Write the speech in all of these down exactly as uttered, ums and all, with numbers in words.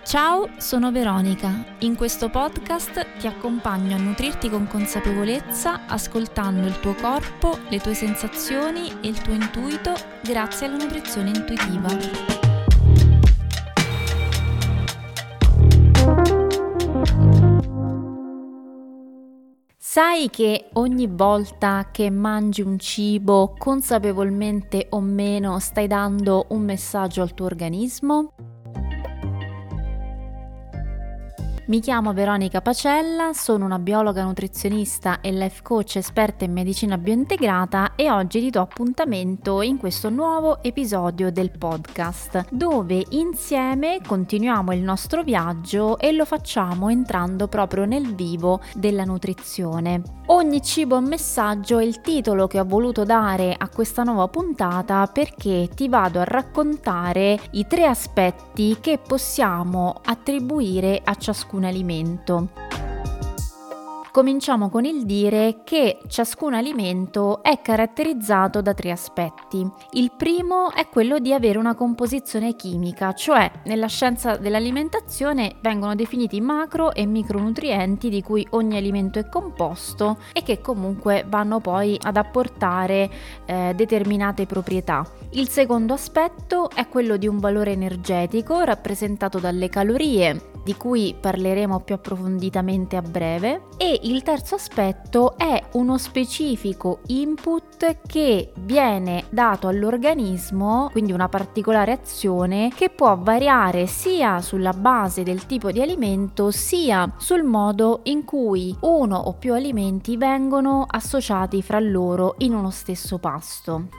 Ciao, sono Veronica. In questo podcast ti accompagno a nutrirti con consapevolezza, ascoltando il tuo corpo, le tue sensazioni e il tuo intuito grazie alla nutrizione intuitiva. Sai che ogni volta che mangi un cibo, consapevolmente o meno, stai dando un messaggio al tuo organismo? Mi chiamo Veronica Pacella, sono una biologa nutrizionista e life coach esperta in medicina biointegrata e oggi ti do appuntamento in questo nuovo episodio del podcast, dove insieme continuiamo il nostro viaggio e lo facciamo entrando proprio nel vivo della nutrizione. Ogni cibo è un messaggio è il titolo che ho voluto dare a questa nuova puntata perché ti vado a raccontare i tre aspetti che possiamo attribuire a ciascuno alimento. Cominciamo con il dire che ciascun alimento è caratterizzato da tre aspetti. Il primo è quello di avere una composizione chimica, cioè nella scienza dell'alimentazione vengono definiti macro e micronutrienti di cui ogni alimento è composto e che comunque vanno poi ad apportare eh, determinate proprietà. Il secondo aspetto è quello di un valore energetico rappresentato dalle calorie, di cui parleremo più approfonditamente a breve, e il terzo aspetto è uno specifico input che viene dato all'organismo, quindi una particolare azione che può variare sia sulla base del tipo di alimento sia sul modo in cui uno o più alimenti vengono associati fra loro in uno stesso pasto.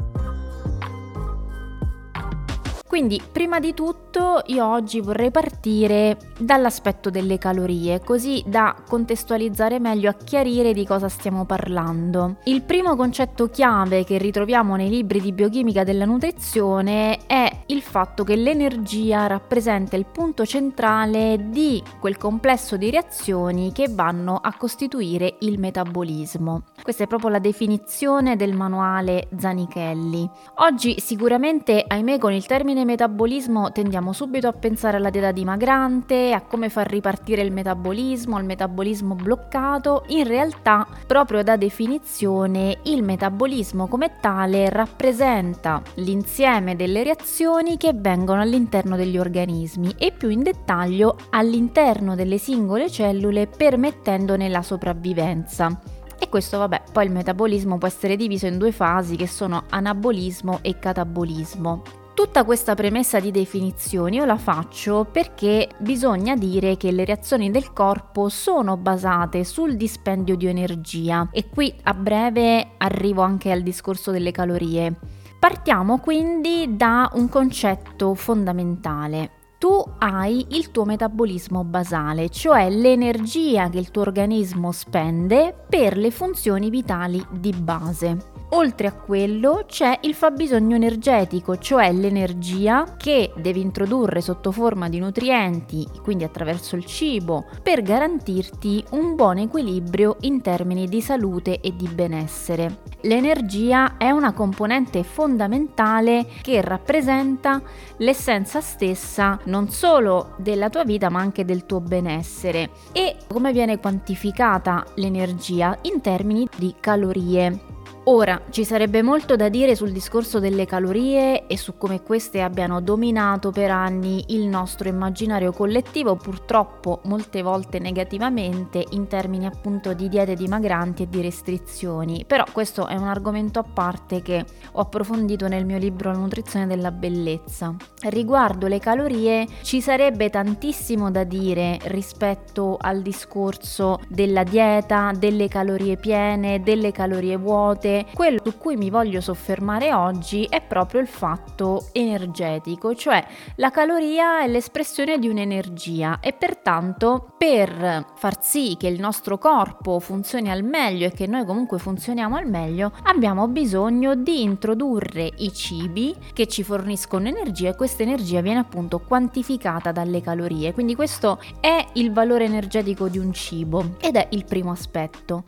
Quindi, prima di tutto, io oggi vorrei partire dall'aspetto delle calorie, così da contestualizzare meglio, a chiarire di cosa stiamo parlando. Il primo concetto chiave che ritroviamo nei libri di biochimica della nutrizione è il fatto che l'energia rappresenta il punto centrale di quel complesso di reazioni che vanno a costituire il metabolismo. Questa è proprio la definizione del manuale Zanichelli. Oggi sicuramente, ahimè, con il termine metabolismo tendiamo subito a pensare alla dieta dimagrante, a come far ripartire il metabolismo, al metabolismo bloccato. In realtà, proprio da definizione, il metabolismo come tale rappresenta l'insieme delle reazioni che avvengono all'interno degli organismi e più in dettaglio all'interno delle singole cellule, permettendone la sopravvivenza. E questo, vabbè, poi il metabolismo può essere diviso in due fasi che sono anabolismo e catabolismo. Tutta questa premessa di definizioni io la faccio perché bisogna dire che le reazioni del corpo sono basate sul dispendio di energia e qui a breve arrivo anche al discorso delle calorie. Partiamo quindi da un concetto fondamentale. Tu hai il tuo metabolismo basale, cioè l'energia che il tuo organismo spende per le funzioni vitali di base. Oltre a quello c'è il fabbisogno energetico, cioè l'energia che devi introdurre sotto forma di nutrienti, quindi attraverso il cibo, per garantirti un buon equilibrio in termini di salute e di benessere. L'energia è una componente fondamentale che rappresenta l'essenza stessa non solo della tua vita ma anche del tuo benessere. E come viene quantificata l'energia? In termini di calorie. Ora, ci sarebbe molto da dire sul discorso delle calorie e su come queste abbiano dominato per anni il nostro immaginario collettivo, purtroppo molte volte negativamente, in termini appunto di diete dimagranti e di restrizioni. Però questo è un argomento a parte che ho approfondito nel mio libro La nutrizione della bellezza. Riguardo le calorie ci sarebbe tantissimo da dire rispetto al discorso della dieta, delle calorie piene, delle calorie vuote. Quello su cui mi voglio soffermare oggi è proprio il fatto energetico, cioè la caloria è l'espressione di un'energia e pertanto per far sì che il nostro corpo funzioni al meglio e che noi comunque funzioniamo al meglio abbiamo bisogno di introdurre i cibi che ci forniscono energia e questa energia viene appunto quantificata dalle calorie. Quindi questo è il valore energetico di un cibo ed è il primo aspetto.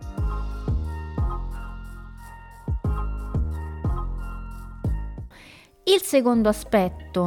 Il secondo aspetto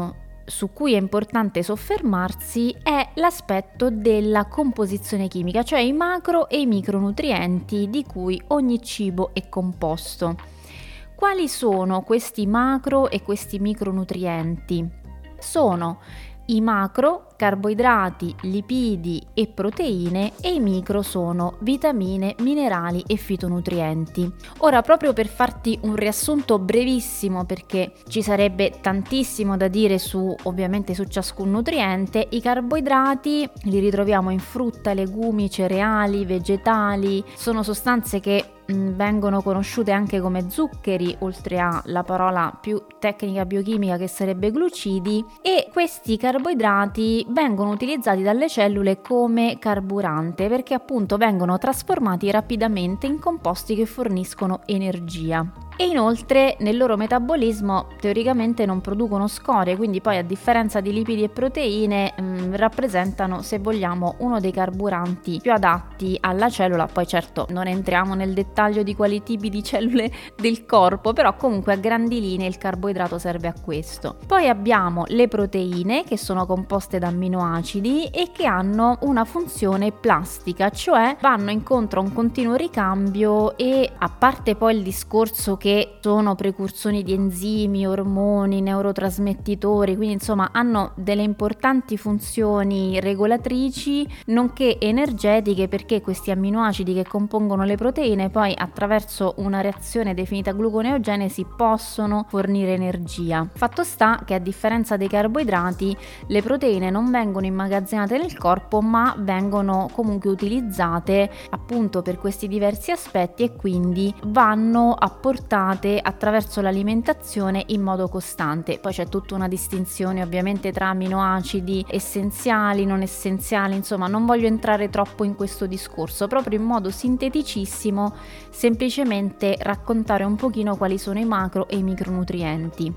su cui è importante soffermarsi è l'aspetto della composizione chimica, cioè i macro e i micronutrienti di cui ogni cibo è composto. Quali sono questi macro e questi micronutrienti? Sono i macro, carboidrati, lipidi e proteine, e i micro sono vitamine, minerali e fitonutrienti. Ora, proprio per farti un riassunto brevissimo, perché ci sarebbe tantissimo da dire su, ovviamente, su ciascun nutriente, i carboidrati li ritroviamo in frutta, legumi, cereali, vegetali, sono sostanze che vengono conosciute anche come zuccheri, oltre alla parola più tecnica biochimica che sarebbe glucidi, e questi carboidrati vengono utilizzati dalle cellule come carburante perché appunto vengono trasformati rapidamente in composti che forniscono energia. E inoltre nel loro metabolismo teoricamente non producono scorie, quindi poi a differenza di lipidi e proteine mh, rappresentano, se vogliamo, uno dei carburanti più adatti alla cellula. Poi certo non entriamo nel dettaglio di quali tipi di cellule del corpo, però comunque a grandi linee il carboidrato serve a questo. Poi abbiamo le proteine, che sono composte da amminoacidi e che hanno una funzione plastica, cioè vanno incontro a un continuo ricambio, e a parte poi il discorso che che sono precursori di enzimi, ormoni, neurotrasmettitori, quindi insomma hanno delle importanti funzioni regolatrici nonché energetiche, perché questi amminoacidi che compongono le proteine poi attraverso una reazione definita gluconeogenesi possono fornire energia. Fatto sta che a differenza dei carboidrati le proteine non vengono immagazzinate nel corpo, ma vengono comunque utilizzate appunto per questi diversi aspetti e quindi vanno a portare attraverso l'alimentazione in modo costante. Poi c'è tutta una distinzione ovviamente tra amminoacidi essenziali, non essenziali, insomma non voglio entrare troppo in questo discorso, proprio in modo sinteticissimo semplicemente raccontare un pochino quali sono i macro e i micronutrienti.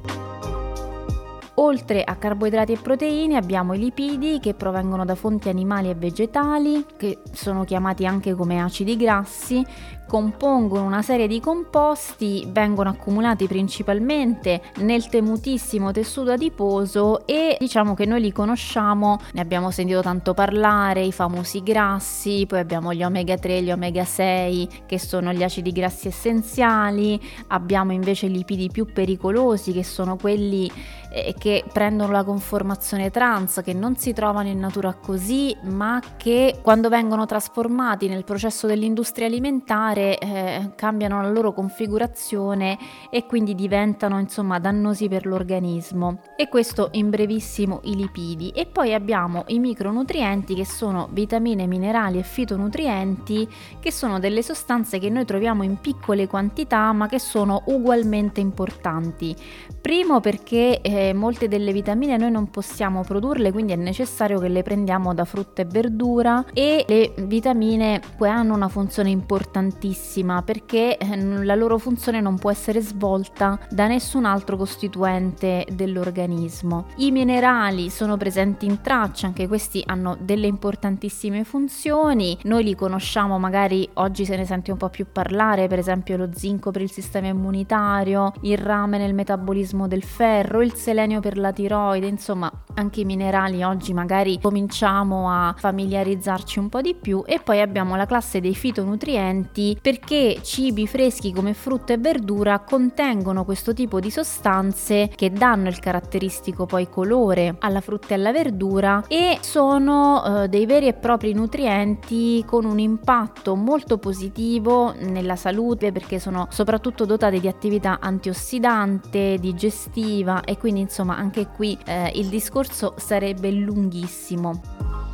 Oltre a carboidrati e proteine abbiamo i lipidi, che provengono da fonti animali e vegetali, che sono chiamati anche come acidi grassi, compongono una serie di composti, vengono accumulati principalmente nel temutissimo tessuto adiposo e diciamo che noi li conosciamo, ne abbiamo sentito tanto parlare, i famosi grassi, poi abbiamo gli omega tre, gli omega sei che sono gli acidi grassi essenziali, abbiamo invece i lipidi più pericolosi che sono quelli eh, che prendono la conformazione trans, che non si trovano in natura così, ma che quando vengono trasformati nel processo dell'industria alimentare Eh, cambiano la loro configurazione e quindi diventano insomma dannosi per l'organismo. E questo in brevissimo i lipidi. E poi abbiamo i micronutrienti, che sono vitamine, minerali e fitonutrienti, che sono delle sostanze che noi troviamo in piccole quantità ma che sono ugualmente importanti. Primo perché eh, molte delle vitamine noi non possiamo produrle, quindi è necessario che le prendiamo da frutta e verdura, e le vitamine poi hanno una funzione importantissima perché la loro funzione non può essere svolta da nessun altro costituente dell'organismo. I minerali sono presenti in traccia, anche questi hanno delle importantissime funzioni, noi li conosciamo, magari oggi se ne sente un po' più parlare, per esempio lo zinco per il sistema immunitario, il rame nel metabolismo del ferro, il selenio per la tiroide, insomma anche i minerali oggi magari cominciamo a familiarizzarci un po' di più. E poi abbiamo la classe dei fitonutrienti, perché cibi freschi come frutta e verdura contengono questo tipo di sostanze che danno il caratteristico poi colore alla frutta e alla verdura, e sono eh, dei veri e propri nutrienti con un impatto molto positivo nella salute, perché sono soprattutto dotate di attività antiossidante, digestiva, e quindi insomma anche qui eh, il discorso sarebbe lunghissimo.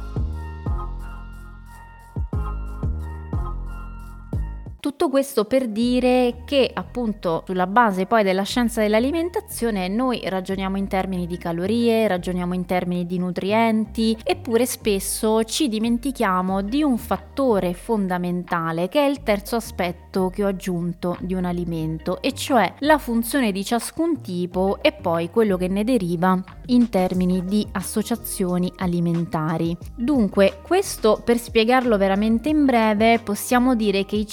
Tutto questo per dire che appunto sulla base poi della scienza dell'alimentazione noi ragioniamo in termini di calorie, ragioniamo in termini di nutrienti, eppure spesso ci dimentichiamo di un fattore fondamentale che è il terzo aspetto che ho aggiunto di un alimento, e cioè la funzione di ciascun tipo e poi quello che ne deriva in termini di associazioni alimentari. Dunque, questo per spiegarlo veramente in breve, possiamo dire che i cibi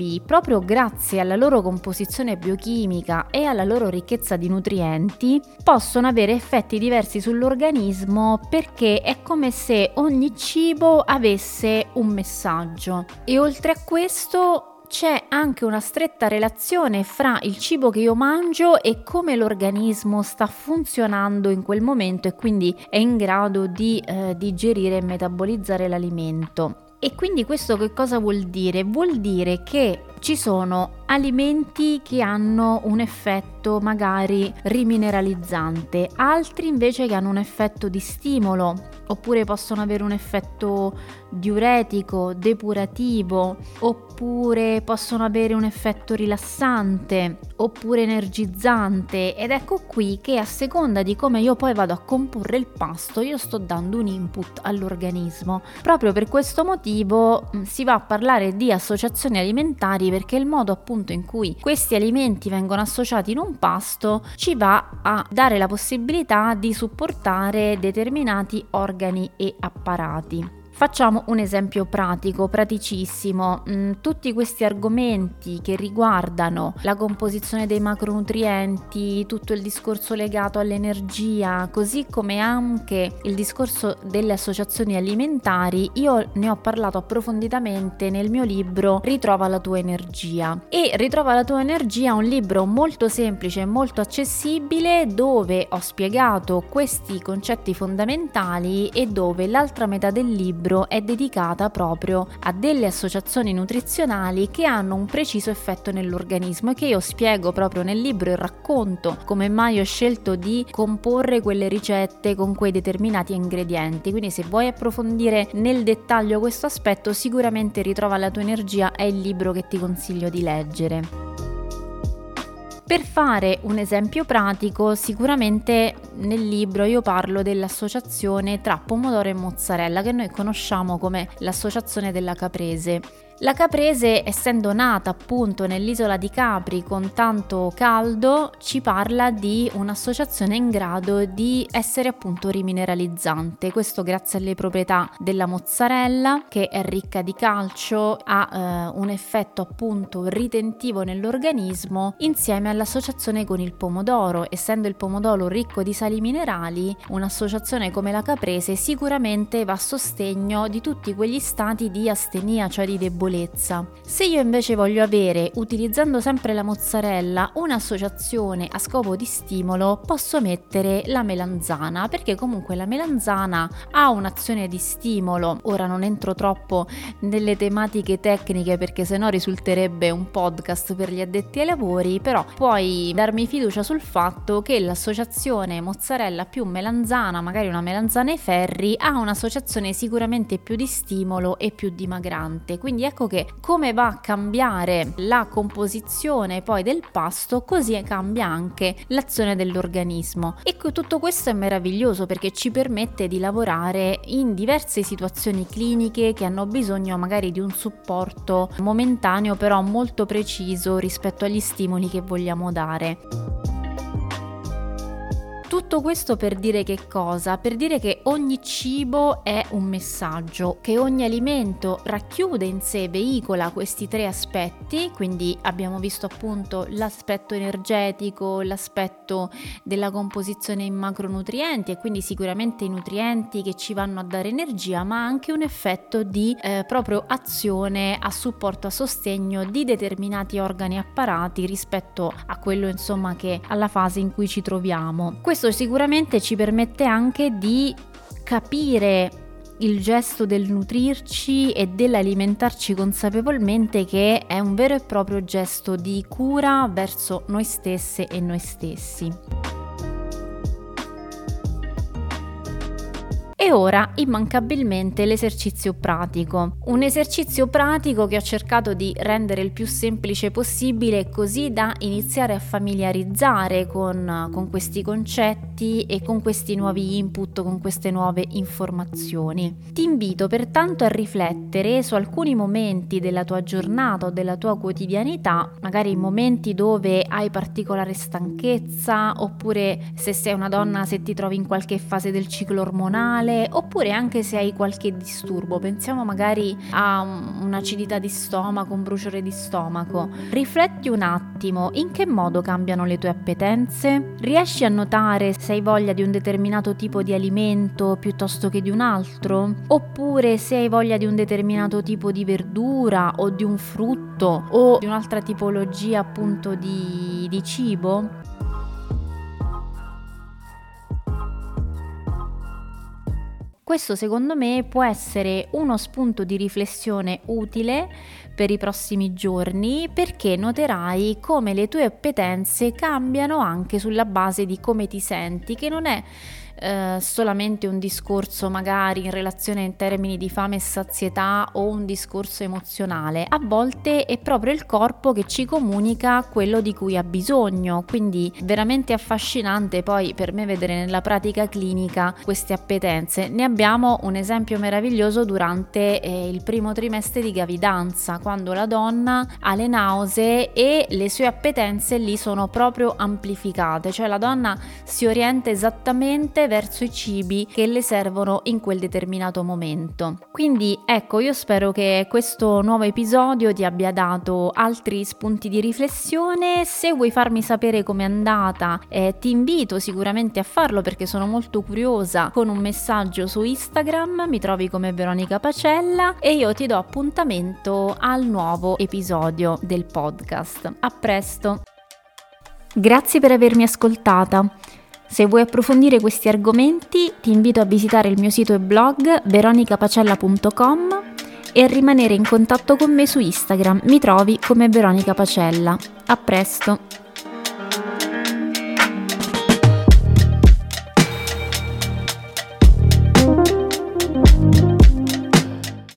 cibi, proprio grazie alla loro composizione biochimica e alla loro ricchezza di nutrienti, possono avere effetti diversi sull'organismo, perché è come se ogni cibo avesse un messaggio. E oltre a questo c'è anche una stretta relazione fra il cibo che io mangio e come l'organismo sta funzionando in quel momento, e quindi è in grado di eh, digerire e metabolizzare l'alimento. E quindi questo che cosa vuol dire? Vuol dire che ci sono alimenti che hanno un effetto magari rimineralizzante, altri invece che hanno un effetto di stimolo, oppure possono avere un effetto diuretico, depurativo, oppure possono avere un effetto rilassante, oppure energizzante. Ed ecco qui che a seconda di come io poi vado a comporre il pasto, io sto dando un input all'organismo. Proprio per questo motivo mh, si va a parlare di associazioni alimentari, perché il modo appunto in cui questi alimenti vengono associati in un pasto ci va a dare la possibilità di supportare determinati organi e apparati. Facciamo un esempio pratico, praticissimo. Mm, tutti questi argomenti che riguardano la composizione dei macronutrienti, tutto il discorso legato all'energia, così come anche il discorso delle associazioni alimentari, io ne ho parlato approfonditamente nel mio libro Ritrova la tua energia. E Ritrova la tua energia è un libro molto semplice e molto accessibile, dove ho spiegato questi concetti fondamentali e dove l'altra metà del libro è dedicata proprio a delle associazioni nutrizionali che hanno un preciso effetto nell'organismo e che io spiego proprio nel libro e racconto come mai ho scelto di comporre quelle ricette con quei determinati ingredienti. Quindi se vuoi approfondire nel dettaglio questo aspetto, sicuramente Ritrova la tua energia è il libro che ti consiglio di leggere. Per fare un esempio pratico, sicuramente nel libro io parlo dell'associazione tra pomodoro e mozzarella, che noi conosciamo come l'associazione della caprese. La caprese, essendo nata appunto nell'isola di Capri con tanto caldo, ci parla di un'associazione in grado di essere appunto rimineralizzante. Questo grazie alle proprietà della mozzarella, che è ricca di calcio, ha eh, un effetto appunto ritentivo nell'organismo, insieme all'associazione con il pomodoro. Essendo il pomodoro ricco di sali minerali, un'associazione come la caprese sicuramente va a sostegno di tutti quegli stati di astenia, cioè di debolezza. Se io invece voglio avere, utilizzando sempre la mozzarella, un'associazione a scopo di stimolo, posso mettere la melanzana, perché comunque la melanzana ha un'azione di stimolo. Ora non entro troppo nelle tematiche tecniche, perché sennò risulterebbe un podcast per gli addetti ai lavori, però puoi darmi fiducia sul fatto che l'associazione mozzarella più melanzana, magari una melanzana ai ferri, ha un'associazione sicuramente più di stimolo e più dimagrante. Quindi ecco che come va a cambiare la composizione poi del pasto, così cambia anche l'azione dell'organismo. E tutto questo è meraviglioso, perché ci permette di lavorare in diverse situazioni cliniche che hanno bisogno magari di un supporto momentaneo, però molto preciso rispetto agli stimoli che vogliamo dare. Tutto questo per dire che cosa? Per dire che ogni cibo è un messaggio, che ogni alimento racchiude in sé, veicola questi tre aspetti. Quindi abbiamo visto appunto l'aspetto energetico, l'aspetto della composizione in macronutrienti, e quindi sicuramente i nutrienti che ci vanno a dare energia, ma anche un effetto di eh, proprio azione a supporto, a sostegno di determinati organi e apparati rispetto a quello insomma che alla fase in cui ci troviamo. Questo sicuramente ci permette anche di capire il gesto del nutrirci e dell'alimentarci consapevolmente, che è un vero e proprio gesto di cura verso noi stesse e noi stessi. E ora immancabilmente l'esercizio pratico. Un esercizio pratico che ho cercato di rendere il più semplice possibile, così da iniziare a familiarizzare con, con questi concetti e con questi nuovi input, con queste nuove informazioni. Ti invito pertanto a riflettere su alcuni momenti della tua giornata o della tua quotidianità, magari momenti dove hai particolare stanchezza, oppure se sei una donna, se ti trovi in qualche fase del ciclo ormonale, male, oppure anche se hai qualche disturbo, pensiamo magari a un'acidità di stomaco, un bruciore di stomaco, rifletti un attimo in che modo cambiano le tue appetenze? Riesci a notare se hai voglia di un determinato tipo di alimento piuttosto che di un altro? Oppure se hai voglia di un determinato tipo di verdura o di un frutto o di un'altra tipologia appunto di, di cibo? Questo secondo me può essere uno spunto di riflessione utile per i prossimi giorni, perché noterai come le tue appetenze cambiano anche sulla base di come ti senti, che non è eh, solamente un discorso magari in relazione in termini di fame e sazietà o un discorso emozionale. A volte è proprio il corpo che ci comunica quello di cui ha bisogno, quindi veramente affascinante poi per me vedere nella pratica clinica queste appetenze. Ne abbiamo un esempio meraviglioso durante eh, il primo trimestre di gravidanza, quando la donna ha le nausee e le sue appetenze lì sono proprio amplificate, cioè la donna si orienta esattamente verso i cibi che le servono in quel determinato momento. Quindi ecco, io spero che questo nuovo episodio ti abbia dato altri spunti di riflessione. Se vuoi farmi sapere com'è andata, eh, ti invito sicuramente a farlo, perché sono molto curiosa, con un messaggio su Instagram, mi trovi come Veronica Pacella, e io ti do appuntamento al nuovo episodio del podcast. A presto! Grazie per avermi ascoltata. Se vuoi approfondire questi argomenti, ti invito a visitare il mio sito e blog veronica pacella punto com e a rimanere in contatto con me su Instagram, mi trovi come Veronica Pacella. A presto!